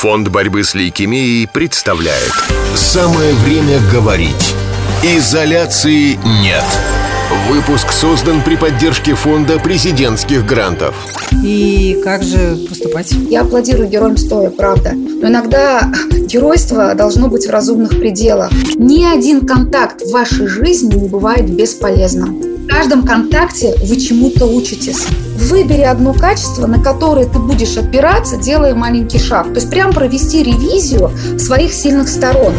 Фонд борьбы с лейкемией представляет. Самое время говорить. Изоляции нет. Выпуск создан при поддержке Фонда президентских грантов. И как же поступать? Я аплодирую героям стоя, правда. Но иногда геройство должно быть в разумных пределах. Ни один контакт в вашей жизни не бывает бесполезным. В каждом контакте вы чему-то учитесь. Выбери одно качество, на которое ты будешь опираться, делая маленький шаг. То есть прям провести ревизию своих сильных сторон.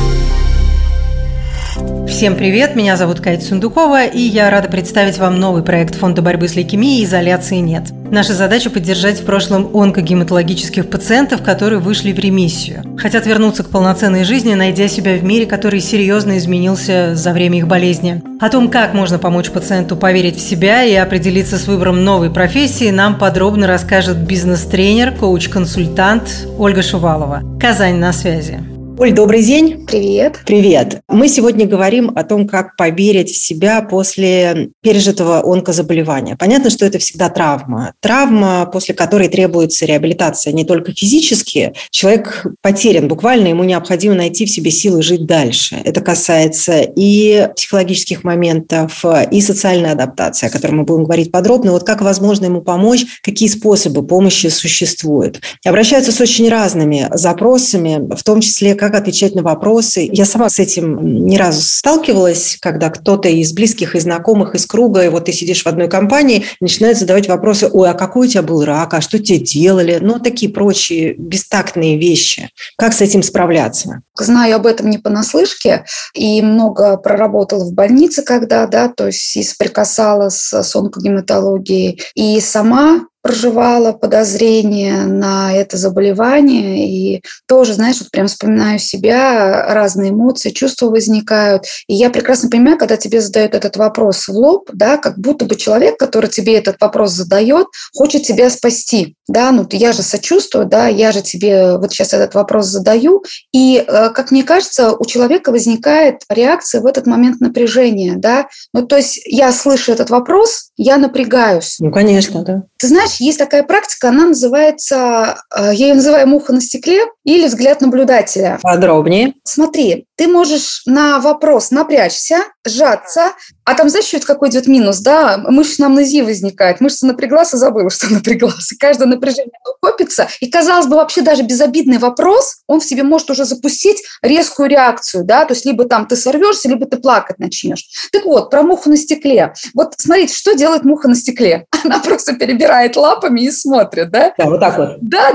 Всем привет, меня зовут Катя Сундукова, и я рада представить вам новый проект Фонда борьбы с лейкемией «Изоляции нет». Наша задача – поддержать в прошлом онкогематологических пациентов, которые вышли в ремиссию. Хотят вернуться к полноценной жизни, найдя себя в мире, который серьезно изменился за время их болезни. О том, как можно помочь пациенту поверить в себя и определиться с выбором новой профессии, нам подробно расскажет бизнес-тренер, коуч-консультант Ольга Шувалова. Казань на связи. Оль, добрый день. Привет. Привет. Мы сегодня говорим о том, как поверить в себя после пережитого онкозаболевания. Понятно, что это всегда травма. Травма, после которой требуется реабилитация не только физически. Человек потерян, буквально ему необходимо найти в себе силы жить дальше. Это касается и психологических моментов, и социальной адаптации, о которой мы будем говорить подробно. Вот как возможно ему помочь, какие способы помощи существуют. Обращаются с очень разными запросами, в том числе, как отвечать на вопросы. Я сама с этим не разу сталкивалась, когда кто-то из близких, из знакомых, из круга, и вот ты сидишь в одной компании, начинает задавать вопросы: ой, а какой у тебя был рак, а что тебе делали? Ну, такие прочие бестактные вещи. Как с этим справляться? Знаю об этом не понаслышке, и много проработала в больнице, то есть и соприкасалась с онкогематологией, и сама проживала подозрение на это заболевание, и тоже, знаешь, вот прям вспоминаю себя, разные эмоции, чувства возникают. И я прекрасно понимаю, когда тебе задают этот вопрос в лоб, как будто бы человек, который тебе этот вопрос задает, хочет тебя спасти. Я же сочувствую, я же тебе вот сейчас этот вопрос задаю. И, как мне кажется, у человека возникает реакция в этот момент напряжения, то есть я слышу этот вопрос, я напрягаюсь. Ну, конечно, да. Ты знаешь, есть такая практика, она называется, я ее называю «муха на стекле» или «взгляд наблюдателя». Подробнее. Смотри, ты можешь на вопрос напрячься, сжаться, а там, знаешь, что это какой идет минус, мышечная амнезия возникает, мышца напряглась и забыла, что напряглась. И каждое напряжение копится, и, казалось бы, вообще даже безобидный вопрос, он в себе может уже запустить резкую реакцию, то есть либо там ты сорвешься, либо ты плакать начнешь. Так вот, про муху на стекле. Вот смотрите, что делает муха на стекле. Она просто перебирает лапами и смотрит, Да, вот так вот. Да.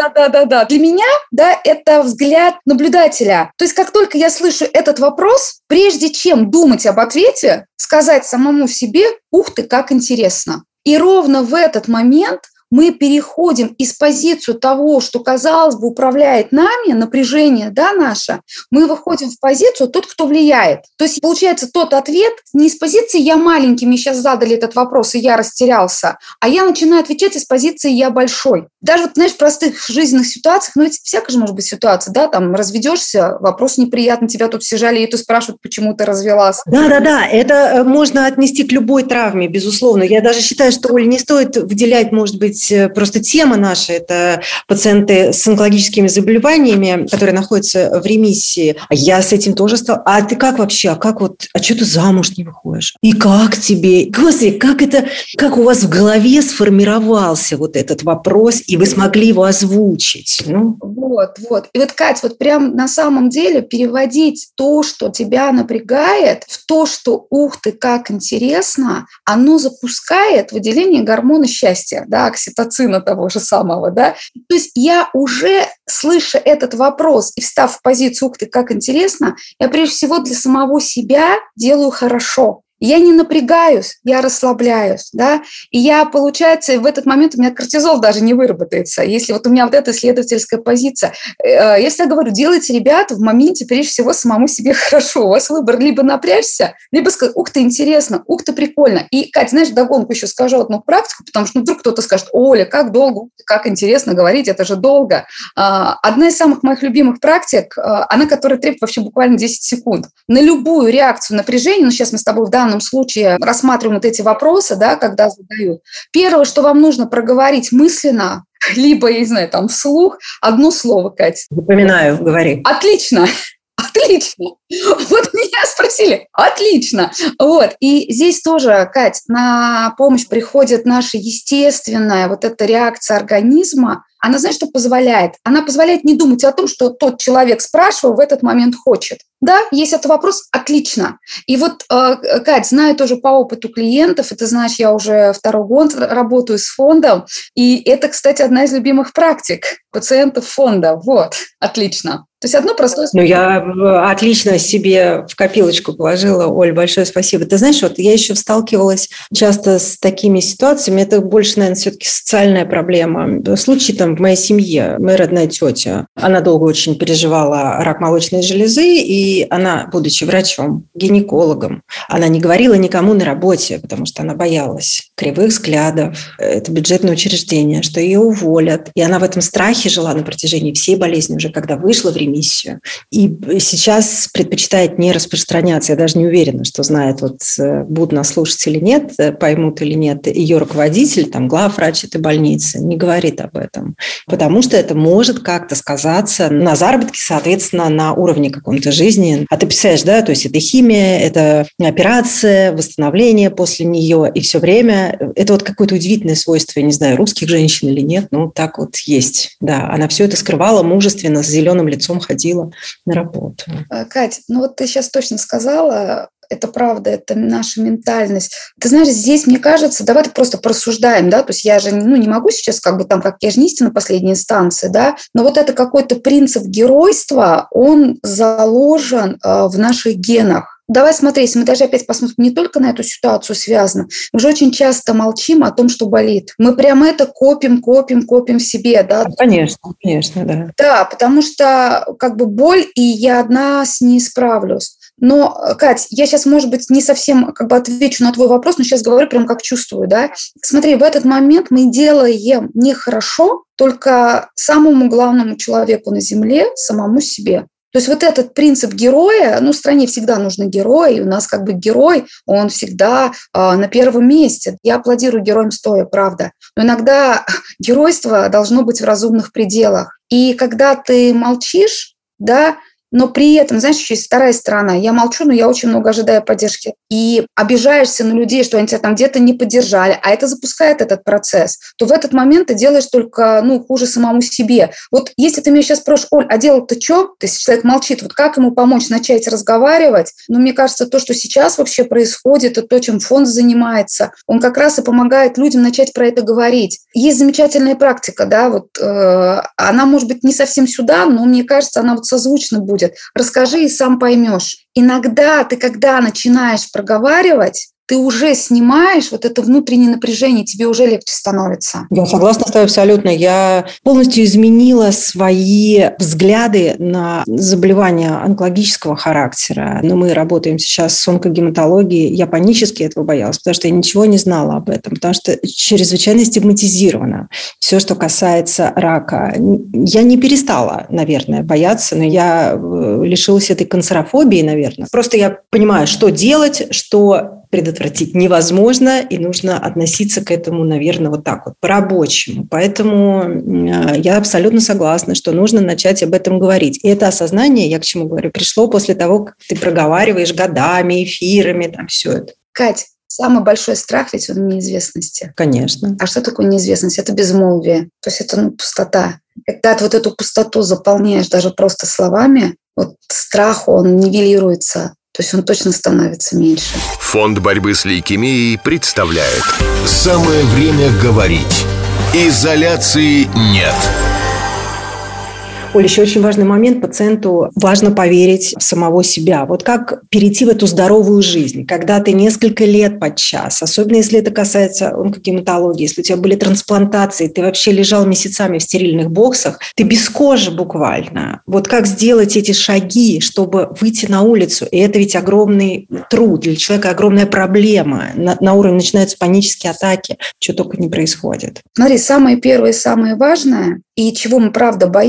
Для меня, это взгляд наблюдателя. То есть как только я слышу этот вопрос, прежде чем думать об ответе, сказать самому себе: ух ты, как интересно. И ровно в этот момент мы переходим из позиции того, что, казалось бы, управляет нами, напряжение, наше, мы выходим в позицию тот, кто влияет. То есть получается тот ответ не из позиции «я маленький, мне сейчас задали этот вопрос, и я растерялся», а я начинаю отвечать из позиции «я большой». Даже в простых жизненных ситуациях, ведь всякая же может быть ситуация, там разведешься, вопрос неприятный, тебя тут все жалеют и спрашивают, почему ты развелась. Да, это можно отнести к любой травме, безусловно. Я даже считаю, что, Оль, не стоит выделять, может быть, просто тема наша – это пациенты с онкологическими заболеваниями, которые находятся в ремиссии. А я с этим тоже стала. А ты как вообще? А что ты замуж не выходишь? И как тебе? Господи, как у вас в голове сформировался вот этот вопрос, и вы смогли его озвучить? Вот. И вот, Кать, прям на самом деле переводить то, что тебя напрягает, в то, что ух ты, как интересно, оно запускает выделение гормона счастья, окситоцина того же самого, То есть я уже, слыша этот вопрос и встав в позицию «ух ты, как интересно», я прежде всего для самого себя делаю хорошо. Я не напрягаюсь, я расслабляюсь, и я, получается, в этот момент у меня кортизол даже не выработается, если у меня эта исследовательская позиция. Я всегда говорю: делайте, ребята, в моменте прежде всего самому себе хорошо. У вас выбор либо напрячься, либо сказать: ух ты, интересно, ух ты, прикольно. И, Катя, знаешь, вдогонку еще скажу одну практику, потому что вдруг кто-то скажет: Оля, как долго, как интересно говорить, это же долго. Одна из самых моих любимых практик, она, которая требует вообще буквально 10 секунд. На любую реакцию напряжения, сейчас мы с тобой в данном данном случае рассматриваем вот эти вопросы, да, когда задают. Первое, что вам нужно проговорить мысленно, либо, я не знаю, там вслух, одно слово, Кать. Запоминаю, говори. Отлично. Отлично. Вот меня спросили. Отлично. Вот. И здесь тоже, Кать, на помощь приходит наша естественная вот эта реакция организма. Она, знаешь, что позволяет? Она позволяет не думать о том, что тот человек спрашивал, в этот момент хочет. Да, есть этот вопрос, отлично. И вот, Кать, знаю тоже по опыту клиентов, и ты знаешь, я уже 2-й год работаю с фондом, и это, кстати, одна из любимых практик пациентов фонда. Вот, отлично. То есть одно простое... Ну, я отлично себе в копилочку положила. Оль, большое спасибо. Ты знаешь, вот я еще сталкивалась часто с такими ситуациями. Это больше, наверное, все-таки социальная проблема. Случай там в моей семье. Моя родная тетя, она долго очень переживала рак молочной железы, и она, будучи врачом, гинекологом, она не говорила никому на работе, потому что она боялась кривых взглядов. Это бюджетное учреждение, что ее уволят. И она в этом страхе жила на протяжении всей болезни, уже когда вышла в ремиссию. И сейчас предпочитает не распространяться. Я даже не уверена, что знает, вот будут нас слушать или нет, поймут или нет. Ее руководитель, там, главврач этой больницы, не говорит об этом. Потому что это может как-то сказаться на заработке, соответственно, на уровне каком-то жизни. А ты представляешь, да, то есть это химия, это операция, восстановление после нее, и все время это вот какое-то удивительное свойство, я не знаю, русских женщин или нет, но так вот есть. Да, она все это скрывала мужественно, с зеленым лицом ходила на работу. Кать, ну вот ты сейчас точно сказала, это правда, это наша ментальность. Ты знаешь, здесь, мне кажется, давай просто порассуждаем, да, то есть я же не могу сейчас как я же не истина последней инстанции, да, но вот это какой-то принцип геройства, он заложен в наших генах. Давай смотри, если мы даже опять посмотрим не только на эту ситуацию связано, мы же очень часто молчим о том, что болит. Мы прямо это копим в себе, да? Конечно, да. Да, потому что боль, и я одна с ней справлюсь. Но, Кать, я сейчас, может быть, не совсем отвечу на твой вопрос, но сейчас говорю прям как чувствую, да. Смотри, в этот момент мы делаем нехорошо только самому главному человеку на земле, самому себе. То есть вот этот принцип героя, в стране всегда нужны герои, и у нас герой, он всегда на первом месте. Я аплодирую героям стоя, правда. Но иногда геройство должно быть в разумных пределах. И когда ты молчишь, да, но при этом, знаешь, еще есть вторая сторона. Я молчу, но я очень много ожидаю поддержки. И обижаешься на людей, что они тебя там где-то не поддержали, а это запускает этот процесс, то в этот момент ты делаешь только, хуже самому себе. Вот если ты меня сейчас спросишь, Оль, а делать-то что? То есть человек молчит, вот как ему помочь начать разговаривать? Мне кажется, то, что сейчас вообще происходит, и то, чем фонд занимается, он как раз и помогает людям начать про это говорить. Есть замечательная практика, да, она, может быть, не совсем сюда, но мне кажется, она созвучна будет. Расскажи и сам поймешь. Иногда ты, когда начинаешь проговаривать, ты уже снимаешь вот это внутреннее напряжение, тебе уже легче становится. Я согласна с тобой абсолютно. Я полностью изменила свои взгляды на заболевания онкологического характера. Но мы работаем сейчас с онкогематологией. Я панически этого боялась, потому что я ничего не знала об этом, потому что чрезвычайно стигматизировано все, что касается рака. Я не перестала, наверное, бояться, но я лишилась этой канцерофобии, наверное. Просто я понимаю, что делать, что предотвратить невозможно, и нужно относиться к этому, наверное, вот так вот, по-рабочему. Поэтому я абсолютно согласна, что нужно начать об этом говорить. И это осознание, я к чему говорю, пришло после того, как ты проговариваешь годами, эфирами, там все это. Кать, самый большой страх ведь в неизвестности. Конечно. А что такое неизвестность? Это безмолвие. То есть это пустота. Когда ты вот эту пустоту заполняешь даже просто словами, вот страх, он нивелируется. То есть он точно становится меньше. Фонд борьбы с лейкемией представляет «Самое время говорить». Изоляции нет. Оля, еще очень важный момент. Пациенту важно поверить в самого себя. Вот как перейти в эту здоровую жизнь, когда ты несколько лет подчас, особенно если это касается онкогематологии, если у тебя были трансплантации, ты вообще лежал месяцами в стерильных боксах, ты без кожи буквально. Вот как сделать эти шаги, чтобы выйти на улицу? И это ведь огромный труд, для человека огромная проблема. На уровне начинаются панические атаки, что только не происходит. Смотри, самое первое и самое важное, и чего мы правда боимся, что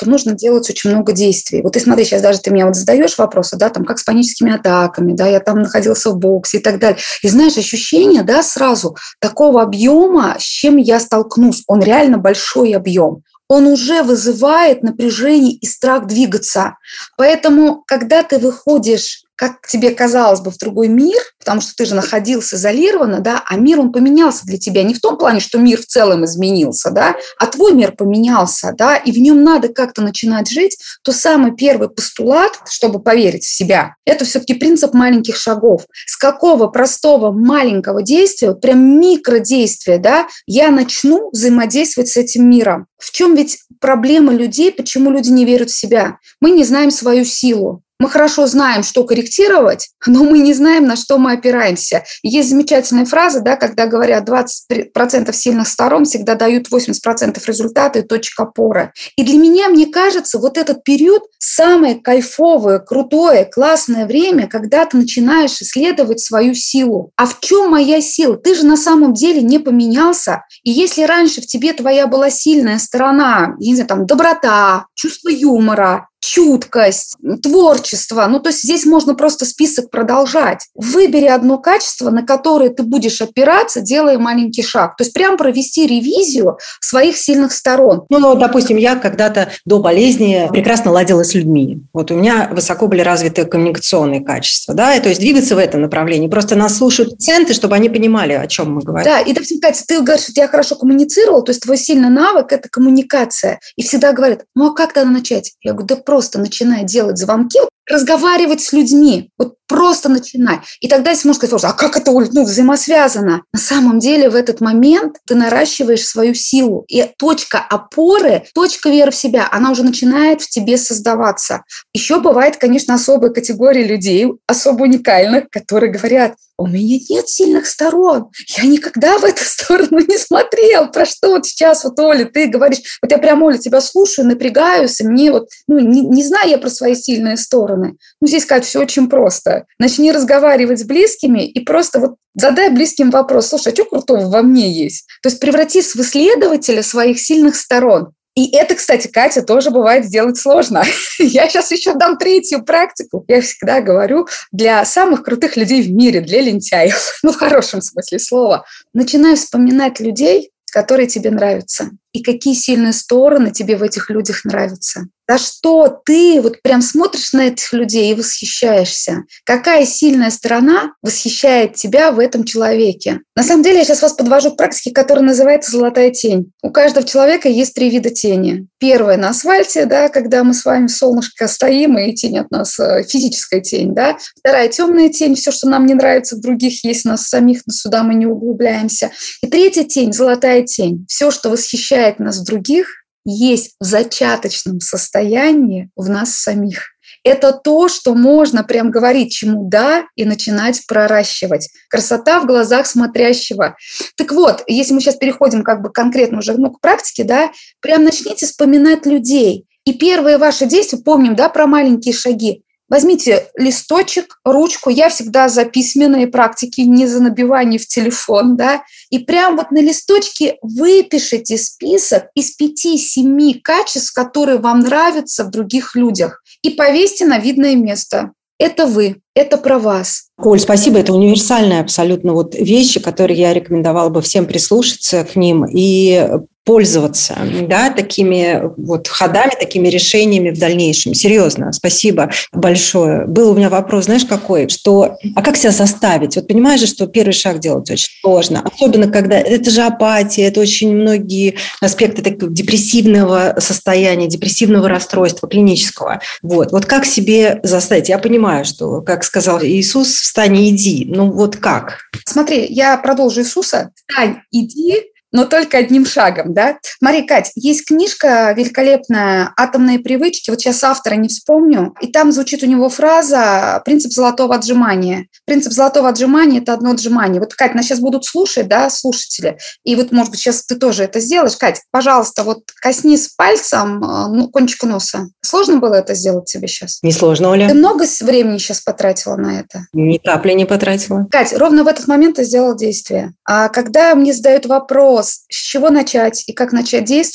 что нужно делать очень много действий. Вот ты смотри, сейчас даже ты меня вот задаешь вопросы, да, там, как с паническими атаками, да, я там находился в боксе и так далее. И знаешь, ощущение, да, сразу такого объема, с чем я столкнусь, он реально большой объем. Он уже вызывает напряжение и страх двигаться. Поэтому, когда ты выходишь, как тебе казалось бы, в другой мир, потому что ты же находился изолированно, да, а мир, он поменялся для тебя не в том плане, что мир в целом изменился, да, а твой мир поменялся, да, и в нем надо как-то начинать жить, то самый первый постулат, чтобы поверить в себя, это все-таки принцип маленьких шагов. С какого простого маленького действия, вот прям микродействия, да, я начну взаимодействовать с этим миром. В чем ведь проблема людей, почему люди не верят в себя? Мы не знаем свою силу. Мы хорошо знаем, что корректировать, но мы не знаем, на что мы опираемся. И есть замечательная фраза, да, когда говорят, 20% сильных сторон всегда дают 80% результата и точек опоры. И для меня, мне кажется, вот этот период самое кайфовое, крутое, классное время, когда ты начинаешь исследовать свою силу. А в чем моя сила? Ты же на самом деле не поменялся. И если раньше в тебе твоя была сильная сторона, я не знаю, там, доброта, чувство юмора, чуткость, творчество. Ну, то есть здесь можно просто список продолжать. Выбери одно качество, на которое ты будешь опираться, делая маленький шаг. То есть прям провести ревизию своих сильных сторон. Ну, допустим, я когда-то до болезни прекрасно ладила с людьми. Вот у меня высоко были развиты коммуникационные качества, да, и то есть двигаться в этом направлении. Просто нас слушают пациенты, чтобы они понимали, о чем мы говорим. Да, и, допустим, Катя, ты говоришь, что я хорошо коммуницировала, то есть твой сильный навык – это коммуникация. И всегда говорят, ну, а как тогда начать? Я говорю, да просто начинай делать звонки, разговаривать с людьми. Вот просто начинай. И тогда если можно сказать, а как это взаимосвязано? На самом деле в этот момент ты наращиваешь свою силу. И точка опоры, точка веры в себя, она уже начинает в тебе создаваться. Еще бывает, конечно, особая категория людей, особо уникальных, которые говорят, у меня нет сильных сторон. Я никогда в эту сторону не смотрел. Про что вот сейчас, вот, Оля, ты говоришь, вот я прям, Оля, тебя слушаю, напрягаюсь, и мне вот, не знаю я про свои сильные стороны. Здесь, Кать, все очень просто. Начни разговаривать с близкими и просто вот задай близким вопрос. Слушай, а что крутого во мне есть? То есть превратись в исследователя своих сильных сторон. И это, кстати, Катя, тоже бывает сделать сложно. Я сейчас еще дам третью практику. Я всегда говорю, для самых крутых людей в мире, для лентяев, в хорошем смысле слова. Начинай вспоминать людей, которые тебе нравятся. И какие сильные стороны тебе в этих людях нравятся. За что ты вот прям смотришь на этих людей и восхищаешься? Какая сильная сторона восхищает тебя в этом человеке? На самом деле я сейчас вас подвожу к практике, которая называется «золотая тень». У каждого человека есть 3 вида тени. Первая на асфальте, да, когда мы с вами в солнышко стоим, и тень от нас, физическая тень. Да. Вторая темная тень, все, что нам не нравится в других, есть у нас самих, но сюда мы не углубляемся. И третья тень, золотая тень. Все, что восхищает нас в других, есть в зачаточном состоянии в нас самих. Это то, что можно прям говорить чему «да» и начинать проращивать. Красота в глазах смотрящего. Так вот, если мы сейчас переходим как бы конкретно уже к практике, да, прям начните вспоминать людей. И первые ваши действия, помним, да, про маленькие шаги. Возьмите листочек, ручку. Я всегда за письменные практики, не за набивание в телефон, да. И прям вот на листочке выпишите список из 5-7 качеств, которые вам нравятся в других людях. И повесьте на видное место. Это вы, это про вас. Оль, спасибо. Это универсальные абсолютно вот вещи, которые я рекомендовала бы всем прислушаться к ним и пользоваться, да, такими вот ходами, такими решениями в дальнейшем. Серьезно, спасибо большое. Был у меня вопрос, знаешь, какой? А как себя заставить? Вот понимаешь же, что первый шаг делать очень сложно. Особенно, когда это же апатия, это очень многие аспекты такого депрессивного состояния, депрессивного расстройства, клинического. Вот как себе заставить? Я понимаю, что, как сказал Иисус, встань и иди. Ну вот как? Смотри, я продолжу Иисуса. Встань, иди, но только одним шагом, да? Смотри, Кать, есть книжка великолепная «Атомные привычки», вот сейчас автора не вспомню, и там звучит у него фраза «принцип золотого отжимания». Принцип золотого отжимания – это одно отжимание. Вот, Кать, нас сейчас будут слушать, да, слушатели, и вот, может быть, сейчас ты тоже это сделаешь. Кать, пожалуйста, вот коснись пальцем кончика носа. Сложно было это сделать тебе сейчас? Не сложно, Оля. Ты много времени сейчас потратила на это? Ни капли не потратила. Кать, ровно в этот момент ты сделала действие. А когда мне задают вопрос, с чего начать и как начать действовать,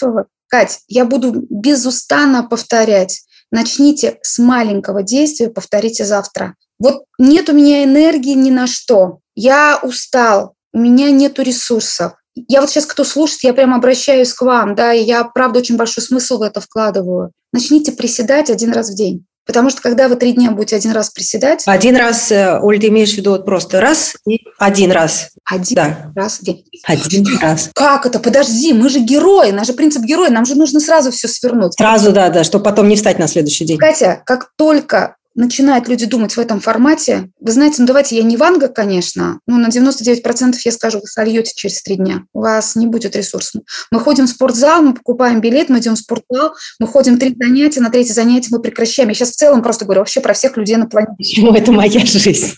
Кать, я буду безустанно повторять. Начните с маленького действия, повторите завтра. Вот нет у меня энергии ни на что. Я устал, у меня нету ресурсов. Я вот сейчас, кто слушает, я прямо обращаюсь к вам, да, и я, правда, очень большой смысл в это вкладываю. Начните приседать 1 раз в день. Потому что когда вы 3 дня будете 1 раз приседать... 1 раз, Оль, ты имеешь в виду вот просто раз и 1 раз? 1 раз в день. 1 раз. Как это? Подожди, мы же герои, наш же принцип героя, нам же нужно сразу все свернуть. Сразу, да, чтобы потом не встать на следующий день. Катя, как только начинают люди думать в этом формате, вы знаете, ну давайте я не Ванга, конечно, но на 99% я скажу, вы сольете через 3 дня. У вас не будет ресурсов. Мы ходим в спортзал, мы покупаем билет, мы идем в спортзал, мы ходим 3 занятия, на 3-е занятие мы прекращаем. Я сейчас в целом просто говорю вообще про всех людей на планете. Почему это моя жизнь?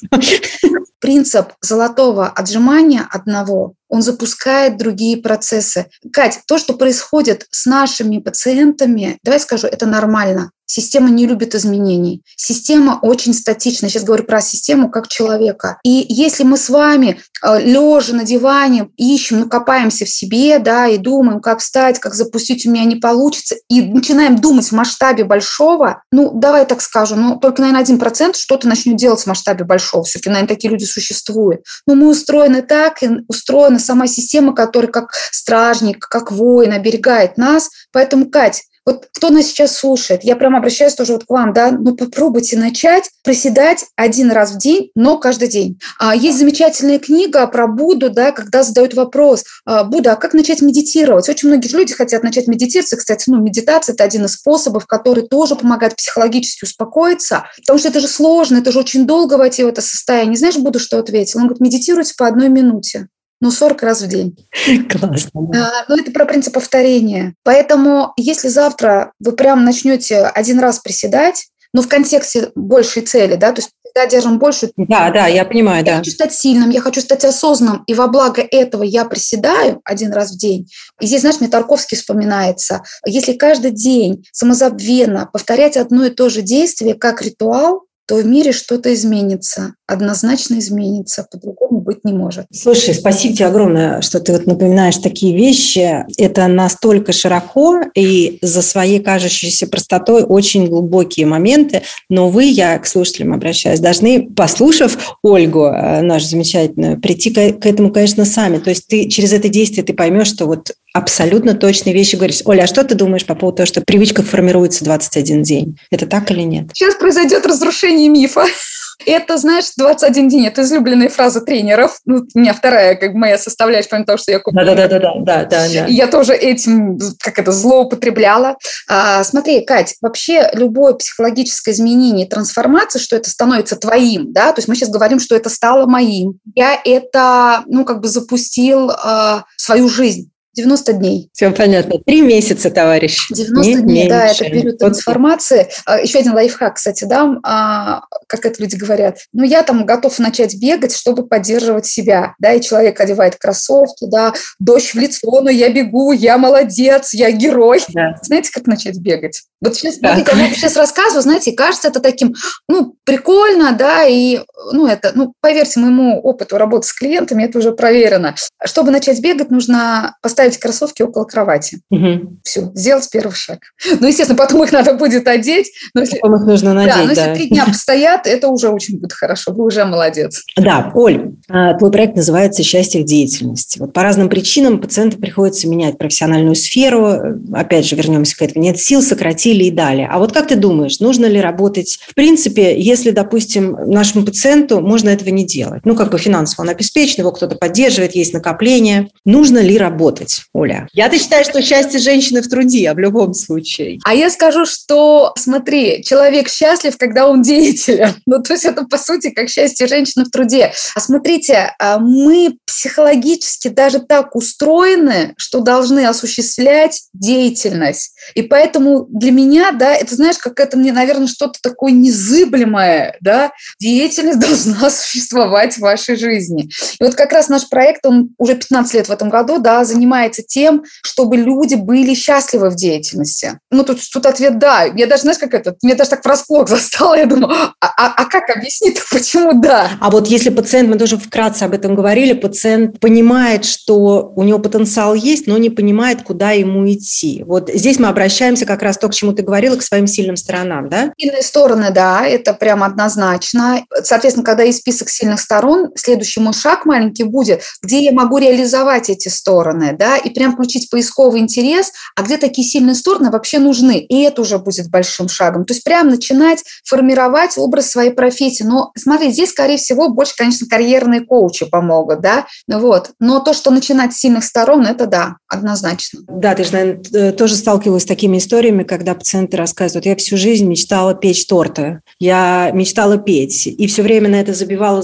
Принцип золотого отжимания одного, он запускает другие процессы. Кать, то, что происходит с нашими пациентами, давай скажу, это нормально. Система не любит изменений. Система очень статична. Сейчас говорю про систему как человека. И если мы с вами лежа на диване ищем, копаемся в себе, да, и думаем, как встать, как запустить, у меня не получится, и начинаем думать в масштабе большого, давай так скажем, только, наверное, 1% что-то начнет делать в масштабе большого. Все-таки, наверное, такие люди существуют. Но мы устроены так, и устроена сама система, которая как стражник, как воин оберегает нас. Поэтому, Кать, вот кто нас сейчас слушает, я прямо обращаюсь тоже вот к вам, да, попробуйте начать приседать 1 раз в день, но каждый день. Есть замечательная книга про Будду, да, когда задают вопрос, Будда, а как начать медитировать? Очень многие люди хотят начать медитировать, кстати, медитация – это один из способов, который тоже помогает психологически успокоиться, потому что это же сложно, это же очень долго войти в это состояние. Знаешь, Будда что ответил? Он говорит, медитируйте по 1 минуте. 40 раз в день. Классно. Это про принцип повторения. Поэтому, если завтра вы прям начнете 1 раз приседать, но в контексте большей цели, да, то есть всегда держим большую... Да, я понимаю, Я хочу стать сильным, я хочу стать осознанным, и во благо этого я приседаю 1 раз в день. И здесь, знаешь, мне Тарковский вспоминается. Если каждый день самозабвенно повторять одно и то же действие как ритуал, то в мире что-то изменится, однозначно изменится, по-другому быть не может. Слушай, спасибо тебе огромное, что ты вот напоминаешь такие вещи. Это настолько широко и за своей кажущейся простотой очень глубокие моменты, но вы, я к слушателям обращаюсь, должны, послушав Ольгу, нашу замечательную, прийти к этому, конечно, сами. То есть ты через это действие ты поймешь, что вот абсолютно точные вещи говоришь. Оля, а что ты думаешь по поводу того, что привычка формируется 21 день? Это так или нет? Сейчас произойдет разрушение мифа. Это, знаешь, 21 день. Это излюбленная фраза тренеров. У меня вторая, моя составляющая, помимо того, что я купила. Да. И я тоже этим, злоупотребляла. Смотри, Кать, вообще любое психологическое изменение, трансформация, что это становится твоим, да, то есть мы сейчас говорим, что это стало моим. Я это, запустил в свою жизнь. 90 дней. Все понятно. 3 месяца, товарищ. 90 дней, да, это период трансформации. Еще один лайфхак, кстати, дам, как это люди говорят. Я готов начать бегать, чтобы поддерживать себя, да, и человек одевает кроссовки, да, дождь в лицо, но я бегу, я молодец, я герой. Да. Знаете, как начать бегать? Вот сейчас, смотрите, я сейчас рассказываю, знаете, кажется это таким, прикольно, да, и, поверьте моему опыту работы с клиентами, это уже проверено. Чтобы начать бегать, нужно поставить кроссовки около кровати. Угу. Все, сделать первый шаг. Естественно, потом их надо будет одеть. Потом их нужно надеть, но если 3 дня постоят, это уже очень будет хорошо, вы уже молодец. Да, Оль, твой проект называется «Счастье в деятельности». Вот по разным причинам пациенту приходится менять профессиональную сферу. Опять же, вернемся к этому. Нет сил, сократили и далее. А вот как ты думаешь, нужно ли работать? В принципе, если, допустим, нашему пациенту можно этого не делать. Финансово он обеспечен, его кто-то поддерживает, есть накопление. Нужно ли работать, Оля? Я-то считаю, что счастье женщины в труде, в любом случае. А я скажу, что, смотри, человек счастлив, когда он деятелен. То есть это, по сути, как счастье женщины в труде. А смотрите, мы психологически даже так устроены, что должны осуществлять деятельность. И поэтому для меня, да, это, знаешь, как это мне, наверное, что-то такое незыблемое, да, деятельность должна существовать в вашей жизни. И вот как раз наш проект, он уже 15 лет в этом году, да, занимается занимается тем, чтобы люди были счастливы в деятельности? Ну, тут ответ «да». Я даже, знаешь, меня даже так врасплох застало. Я думаю, а как объяснить, почему «да»? А вот если пациент, мы тоже вкратце об этом говорили, пациент понимает, что у него потенциал есть, но не понимает, куда ему идти. Вот здесь мы обращаемся как раз то, к чему ты говорила, к своим сильным сторонам, да? Сильные стороны, да, это прям однозначно. Соответственно, когда есть список сильных сторон, следующий мой шаг маленький будет, где я могу реализовать эти стороны, да, и прям включить поисковый интерес, а где такие сильные стороны вообще нужны. И это уже будет большим шагом. То есть прям начинать формировать образ своей профессии. Но смотри, здесь, скорее всего, больше, конечно, карьерные коучи помогут, да, вот. Но то, что начинать с сильных сторон, это да, однозначно. Да, ты же, наверное, тоже сталкивалась с такими историями, когда пациенты рассказывают, я всю жизнь мечтала печь торты, я мечтала петь, и все время на это забивала,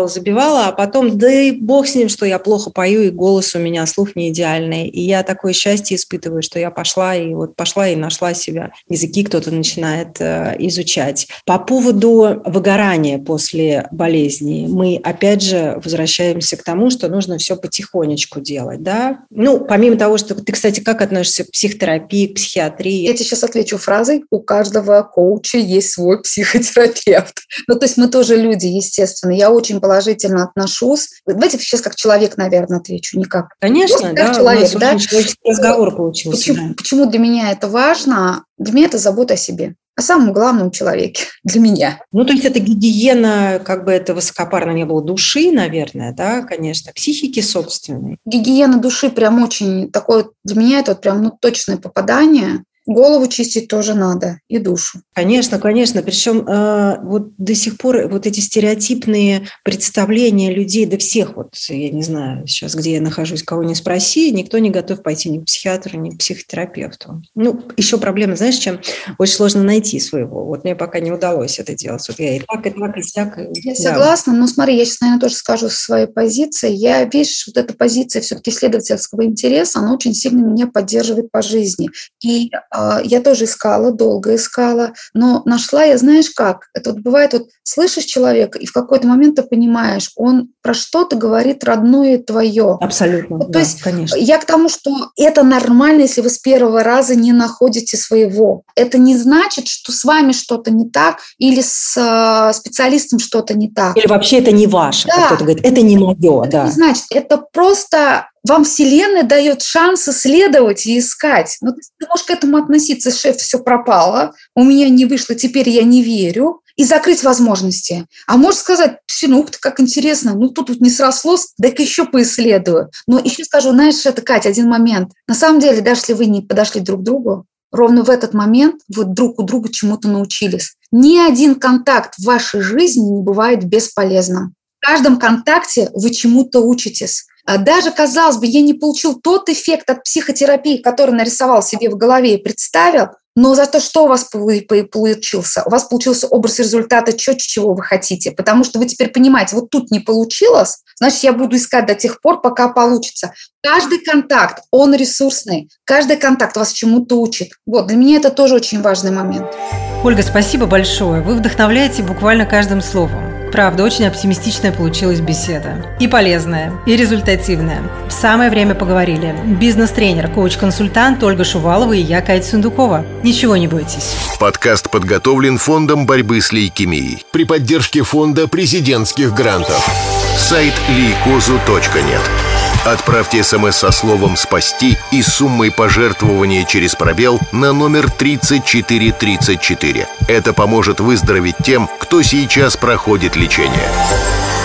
а потом, да и бог с ним, что я плохо пою, и голос у меня, слух не идеальный, и я такое счастье испытываю, что я пошла и нашла себя. Языки кто-то начинает изучать. По поводу выгорания после болезни, мы опять же возвращаемся к тому, что нужно все потихонечку делать, да? Ну, помимо того, что ты, кстати, как относишься к психотерапии, к психиатрии? Я тебе сейчас отвечу фразой: у каждого коуча есть свой психотерапевт. Ну, то есть мы тоже люди, естественно. Я очень положительно отношусь. Давайте сейчас как человек, наверное, отвечу, не как... Конечно, да, человек, у нас очень человеческий разговор получился. Почему для меня это важно? Для меня это забота о себе. О самом главном человеке для меня. Ну, то есть это гигиена, как бы это высокопарно не было, души, наверное, да, конечно, психики собственной. Гигиена души прям очень такое, для меня это прям точное попадание. Голову чистить тоже надо, и душу. Конечно, конечно. Причем вот до сих пор вот эти стереотипные представления людей, да всех, вот я не знаю сейчас, где я нахожусь, кого не спроси, никто не готов пойти ни к психиатру, ни к психотерапевту. Ну, еще проблема, знаешь, чем очень сложно найти своего. Вот мне пока не удалось это делать. Вот я и так, и сяк. Я согласна, но смотри, я сейчас, наверное, тоже скажу со своей позиции. Видишь, вот эта позиция все-таки исследовательского интереса, она очень сильно меня поддерживает по жизни. И я тоже долго искала, но нашла я, знаешь как, это вот бывает, вот слышишь человека, и в какой-то момент ты понимаешь, он про что-то говорит родное твое. Абсолютно, вот, да, то есть конечно. Я к тому, что это нормально, если вы с первого раза не находите своего. Это не значит, что с вами что-то не так, или с специалистом что-то не так. Или вообще это не ваше, как кто-то говорит, это не мое. Это не значит, это просто... Вам Вселенная дает шанс исследовать и искать. Ну, ты можешь к этому относиться: шеф, все пропало, у меня не вышло, теперь я не верю, и закрыть возможности. А можешь сказать: ух ты, как интересно, тут вот не срослось, дай-ка еще поисследую. Но еще скажу, знаешь, Катя, один момент. На самом деле, даже если вы не подошли друг к другу, ровно в этот момент вы друг у друга чему-то научились. Ни один контакт в вашей жизни не бывает бесполезным. В каждом контакте вы чему-то учитесь. Даже, казалось бы, я не получил тот эффект от психотерапии, который нарисовал себе в голове и представил, но зато что у вас получился? У вас получился образ результата четче, чего вы хотите, потому что вы теперь понимаете, вот тут не получилось, значит, я буду искать до тех пор, пока получится. Каждый контакт, он ресурсный, каждый контакт вас чему-то учит. Вот, для меня это тоже очень важный момент. Ольга, спасибо большое. Вы вдохновляете буквально каждым словом. Правда, очень оптимистичная получилась беседа. И полезная, и результативная. В самое время поговорили. Бизнес-тренер, коуч-консультант Ольга Шувалова и я, Катя Сундукова. Ничего не бойтесь. Подкаст подготовлен Фондом борьбы с лейкемией при поддержке Фонда президентских грантов. Сайт лейкозу.нет. Отправьте СМС со словом «Спасти» и суммой пожертвования через пробел на номер 3434. Это поможет выздороветь тем, кто сейчас проходит лечение.